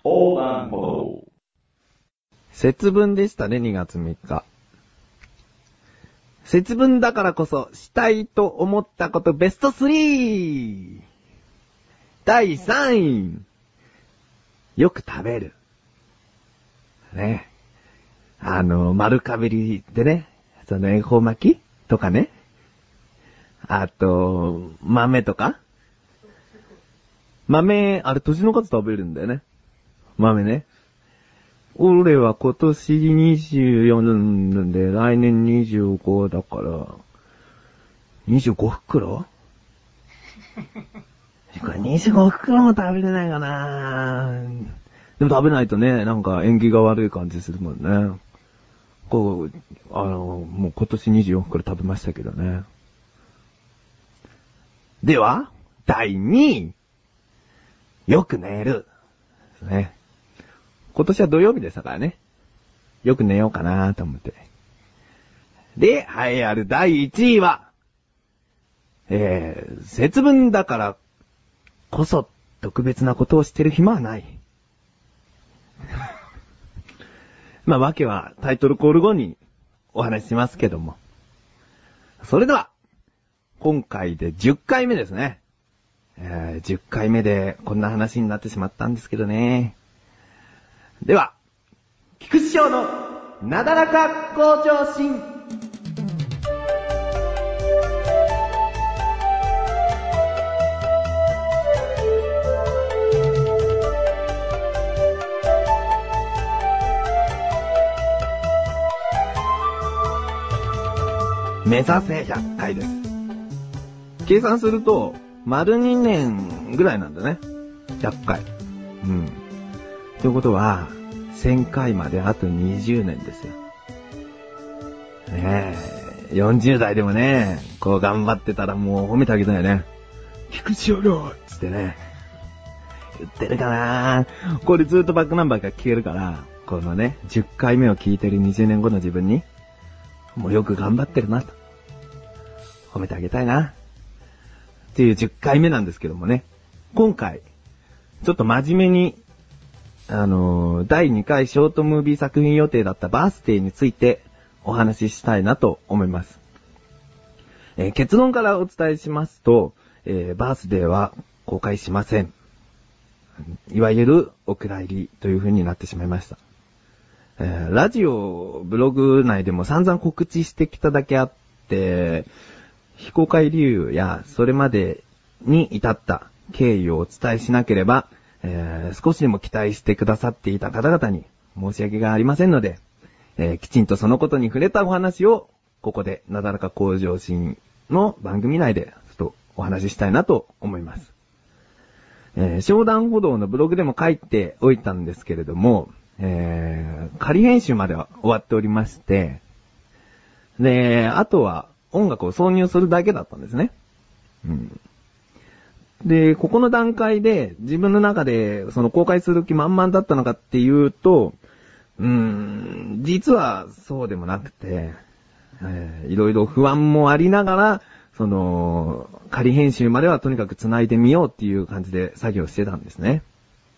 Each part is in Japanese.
横断歩道。 節分でしたね、2月3日。節分だからこそしたいと思ったことベスト 3! 第3位。よく食べる。ね。丸かぶりでね、恵方巻きとかね。あと、豆とか。豆、あれ年の数食べるんだよね。豆ね。俺は今年24で来年25だから、25袋25袋も食べれないかな。でも食べないとね、なんか縁起が悪い感じするもんね。もう今年24袋食べましたけどね。では、第2位。よく寝る。ね。今年は土曜日でしたからね。よく寝ようかなと思って。で、栄えある第1位は、節分だからこそ特別なことをしてる暇はない。まあ、わけはタイトルコール後にお話ししますけども。それでは、今回で10回目ですね。10回目でこんな話になってしまったんですけどね。では、菊師匠のなだらか向上心。目指せ100回です。計算すると、丸2年ぐらいなんだね。100回。うん。ということは、1000回まであと20年ですよ。ねえ、40代でもね、こう頑張ってたらもう褒めてあげたよね。菊池よろつってね。言ってるかな。これずっとバックナンバーが聞けるから、このね、10回目を聞いてる20年後の自分に、もうよく頑張ってるなと。褒めてあげたいな。っていう10回目なんですけどもね。今回、ちょっと真面目に、第2回ショートムービー作品予定だったバースデーについてお話ししたいなと思います。結論からお伝えしますと、バースデーは公開しません。いわゆるお蔵入りという風になってしまいました。ラジオ、ブログ内でも散々告知してきただけあって、非公開理由やそれまでに至った経緯をお伝えしなければ、少しでも期待してくださっていた方々に申し訳がありませんので、きちんとそのことに触れたお話をここでなだらか向上心の番組内でちょっとお話ししたいなと思います。横断歩道のブログでも書いておいたんですけれども、仮編集までは終わっておりまして、で、あとは音楽を挿入するだけだったんですね。うん。で、ここの段階で自分の中でその公開する気満々だったのかっていうと、実はそうでもなくて、いろいろ不安もありながら、その、仮編集まではとにかく繋いでみようっていう感じで作業してたんですね。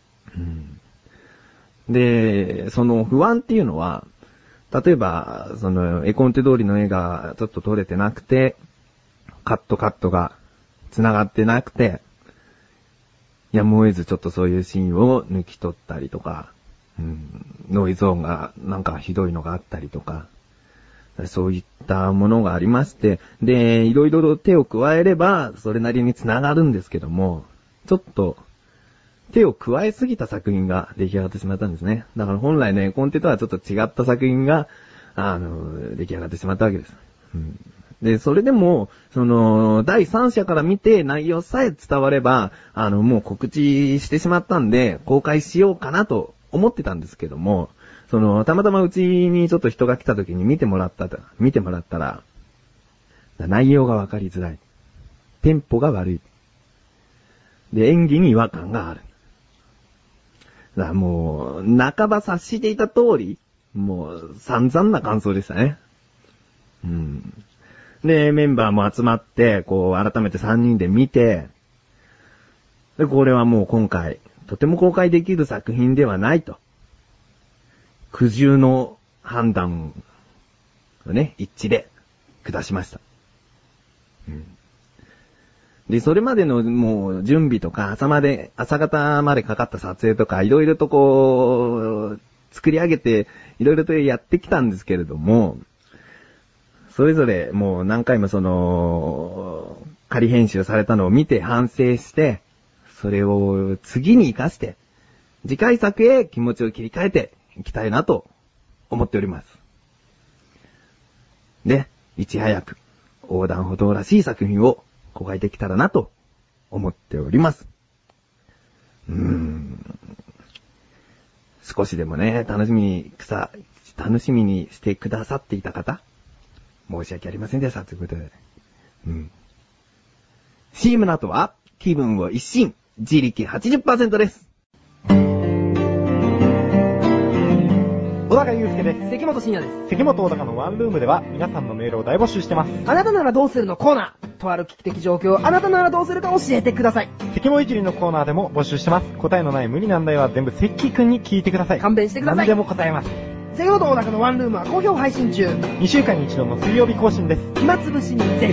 で、その不安っていうのは、例えば、その、絵コンテ通りの絵がちょっと撮れてなくて、カットが繋がってなくて、やむを得ずちょっとそういうシーンを抜き取ったりとか、ノイズ音がなんかひどいのがあったりとか、そういったものがありまして、で、いろいろと手を加えれば、それなりに繋がるんですけども、ちょっと、手を加えすぎた作品が出来上がってしまったんですね。だから本来ね、コンテとはちょっと違った作品が、出来上がってしまったわけです。で、それでも、その、第三者から見て内容さえ伝われば、もう告知してしまったんで、公開しようかなと思ってたんですけども、その、たまたまうちにちょっと人が来た時に見てもらったら、内容がわかりづらい。テンポが悪い。で、演技に違和感がある。だからもう、半ば察していた通り、もう、散々な感想でしたね。で、メンバーも集まって、こう、改めて3人で見て、で、これはもう今回、 とても公開できる作品ではないと。苦渋の判断をね、一致で下しました。で、それまでのもう準備とか朝方までかかった撮影とかいろいろとこう、作り上げていろいろとやってきたんですけれども、それぞれもう何回も仮編集されたのを見て反省して、それを次に活かして、次回作へ気持ちを切り替えていきたいなと思っております。で、いち早く横断歩道らしい作品を公開できたらなと思っております。少しでもね、楽しみにしてくださっていた方、申し訳ありませんでしたということで。CM の後は気分を一新、自力 80% です。 小高祐介です。 関本慎也です。 関本小高のワンルームでは皆さんのメールを大募集してます。 あなたならどうするのコーナー。とある危機的状況、あなたならどうするか教えてください。 関本いじりのコーナーでも募集してます。答えのない無理難題は全部関くんに聞いてください。 勘弁してください。 何でも答えます。 関本小高のワンルームは好評配信中。 2週間に1度の水曜日更新です。 暇つぶしにぜひ。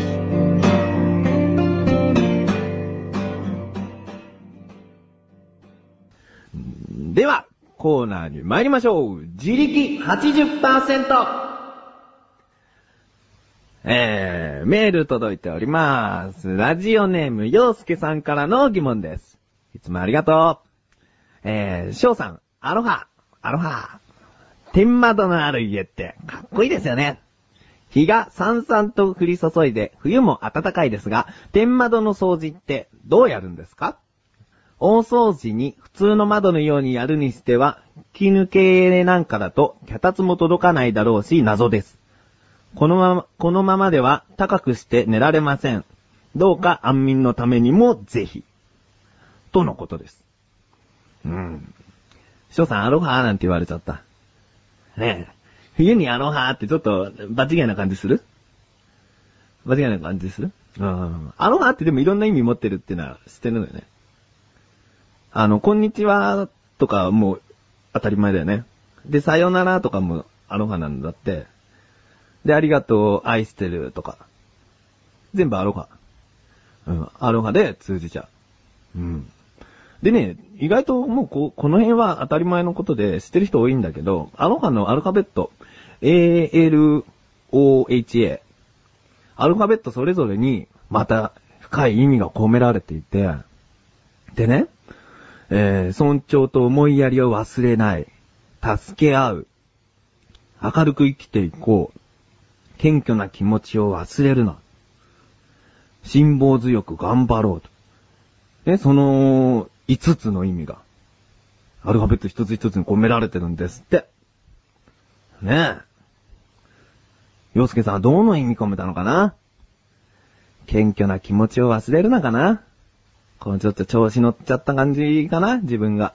では、コーナーに参りましょう。自力 80%。メール届いております。ラジオネーム、陽介さんからの疑問です。いつもありがとう。翔さん、アロハ。天窓のある家ってかっこいいですよね。日がさんさんと降り注いで冬も暖かいですが、天窓の掃除ってどうやるんですか？大掃除に普通の窓のようにやるにしては、吹き抜けなんかだと脚立も届かないだろうし謎です。このままでは高くして寝られません。どうか安眠のためにもぜひ。とのことです。翔さんアロハなんて言われちゃった。ねえ。冬にアロハってちょっと場違いな感じする？アロハってでもいろんな意味持ってるっていうのは知ってるのよね。こんにちはとかもう当たり前だよね。で、さよならとかもアロハなんだって。で、ありがとう、愛してるとか。全部アロハ。アロハで通じちゃう。でね、意外ともうこの辺は当たり前のことで知ってる人多いんだけど、アロハのアルファベット、ALOHA。アルファベットそれぞれにまた深い意味が込められていて、でね、尊重と思いやりを忘れない。助け合う。明るく生きていこう。謙虚な気持ちを忘れるな。辛抱強く頑張ろうと。ね、その5つの意味が、アルファベット一つ一つに込められてるんですって。ねえ。洋介さんはどの意味込めたのかな？謙虚な気持ちを忘れるなかな？このちょっと調子乗っちゃった感じかな？自分が。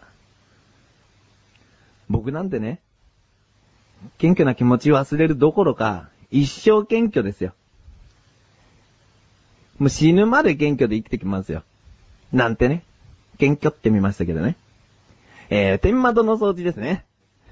僕なんてね、謙虚な気持ちを忘れるどころか、一生謙虚ですよ。もう死ぬまで謙虚で生きてきますよ。なんてね。謙虚ってみましたけどね。天窓の掃除ですね。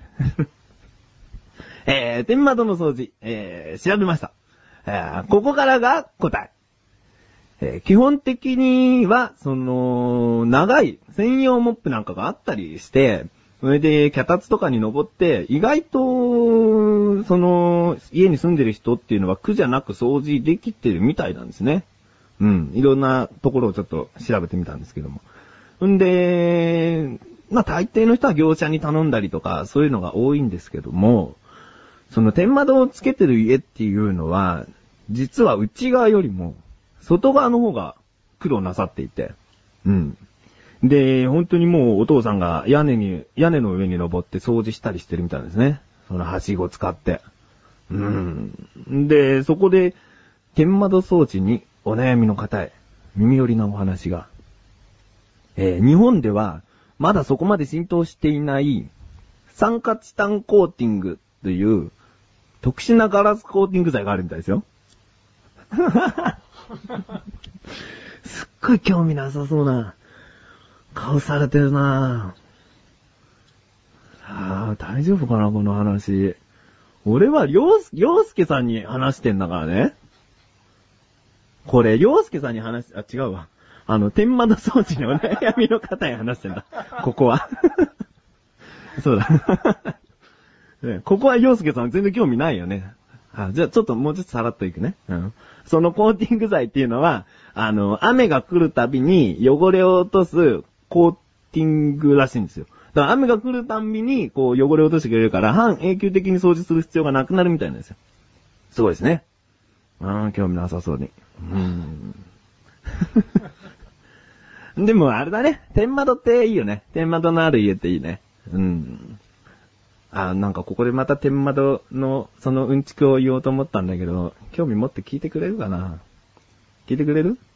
天窓の掃除、調べました。ここからが答え。基本的には、長い専用モップなんかがあったりして、それで、脚立とかに登って、意外と、家に住んでる人っていうのは苦じゃなく掃除できてるみたいなんですね。いろんなところをちょっと調べてみたんですけども。んで、大抵の人は業者に頼んだりとか、そういうのが多いんですけども、その天窓をつけてる家っていうのは、実は内側よりも、外側の方が苦労なさっていて、で、本当にもうお父さんが屋根の上に登って掃除したりしてるみたいですね。そのはしご使って。で、そこで、天窓掃除にお悩みの方へ、耳寄りなお話が。日本では、まだそこまで浸透していない、酸化チタンコーティングという、特殊なガラスコーティング剤があるみたいですよ。すっごい興味なさそうな。 顔されてるな大丈夫かなこの話。俺は洋介さんに話してんだからね。これ、洋介さんに違うわ。天窓掃除のお悩みの方に話してんだ。ここは。そうだ。ね、ここは洋介さん全然興味ないよね。じゃあちょっともうちょっとさらっといくね。そのコーティング剤っていうのは、雨が来るたびに汚れを落とすコーティングらしいんですよ。だから雨が来るたんびに、こう汚れを落としてくれるから、半永久的に掃除する必要がなくなるみたいなんですよ。すごいですね。興味なさそうに。でもあれだね。天窓っていいよね。天窓のある家っていいね。なんかここでまた天窓のそのうんちくを言おうと思ったんだけど、興味持って聞いてくれるかな？聞いてくれる？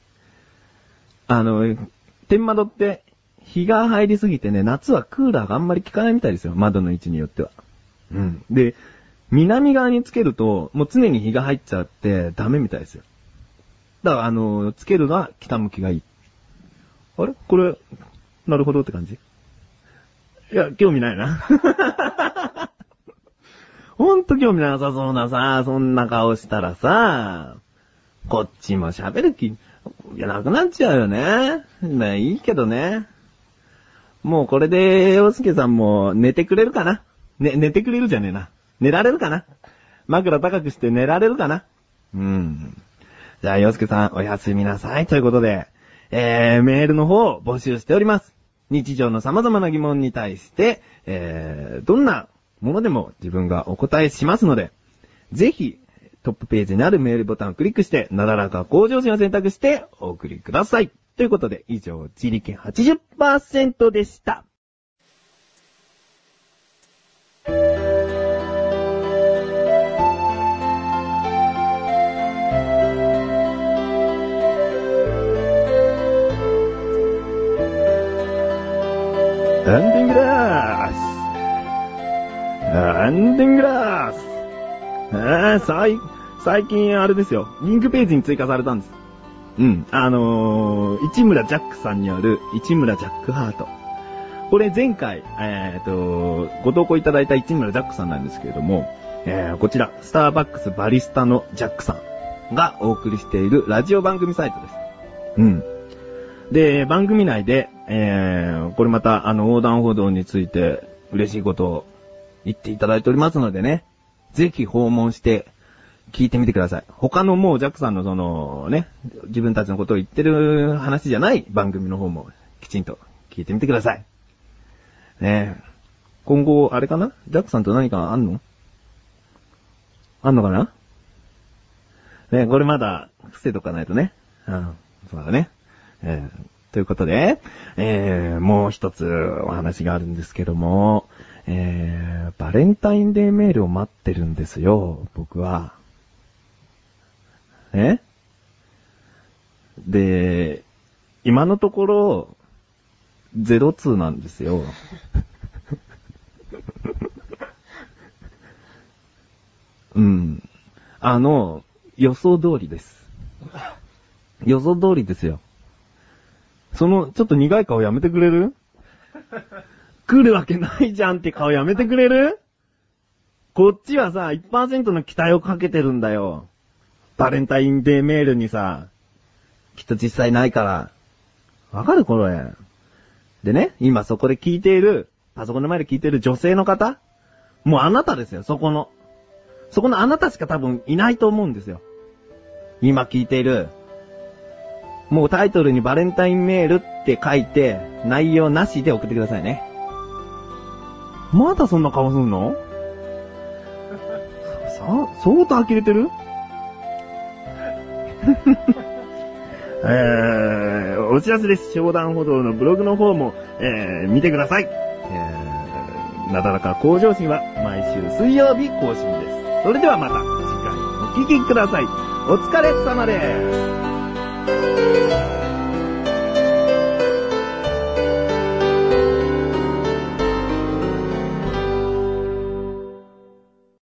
天窓って日が入りすぎてね、夏はクーラーがあんまり効かないみたいですよ。窓の位置によっては。で、南側につけると、もう常に日が入っちゃってダメみたいですよ。だからつけるのは北向きがいい。あれ？これ、なるほどって感じ？いや、興味ないな。ほんと興味なさそうなさ、そんな顔したらさ、こっちも喋る気、なくなっちゃうよね。いいけどね。もうこれで、洋介さんも寝てくれるかな？寝てくれるじゃねえな。寝られるかな？枕高くして寝られるかな？じゃあ、洋介さん、おやすみなさい。ということで、メールの方を募集しております。日常の様々な疑問に対して、どんなものでも自分がお答えしますので、ぜひ、トップページにあるメールボタンをクリックして、なだらか向上心を選択してお送りください。ということで、以上、自力 80% でした。エンディングでーす。エンディングでーす。最近あれですよ。リンクページに追加されたんです。市村ジャックさんによる市村ジャックハート。これ前回、ご投稿いただいた市村ジャックさんなんですけれども、こちら、スターバックスバリスタのジャックさんがお送りしているラジオ番組サイトです。で、番組内で、これまた、横断歩道について嬉しいことを言っていただいておりますのでね、ぜひ訪問して聞いてみてください。他のもうジャックさんのそのね、自分たちのことを言ってる話じゃない番組の方もきちんと聞いてみてください。ね、今後、あれかな？ジャックさんと何かあんのかな？ね、これまだ伏せとかないとね。そうだね。ということで、もう一つお話があるんですけども、バレンタインデーメールを待ってるんですよ、僕は。で、今のところ、02なんですよ。予想通りです。予想通りですよ。ちょっと苦い顔やめてくれる？来るわけないじゃんって顔やめてくれる？こっちはさ、1% の期待をかけてるんだよ。バレンタインデーメールにさ、きっと実際ないから。わかるこれ。でね、今そこで聞いている、パソコンの前で聞いている女性の方、もうあなたですよ、そこのあなたしか多分いないと思うんですよ。今聞いている、もうタイトルにバレンタインメールって書いて、内容なしで送ってくださいね。まだそんな顔すんの？相当呆れてる？お知らせです。横断歩道のブログの方も、見てください。なだらか向上心は毎週水曜日更新です。それではまた次回お聞きください。お疲れ様です。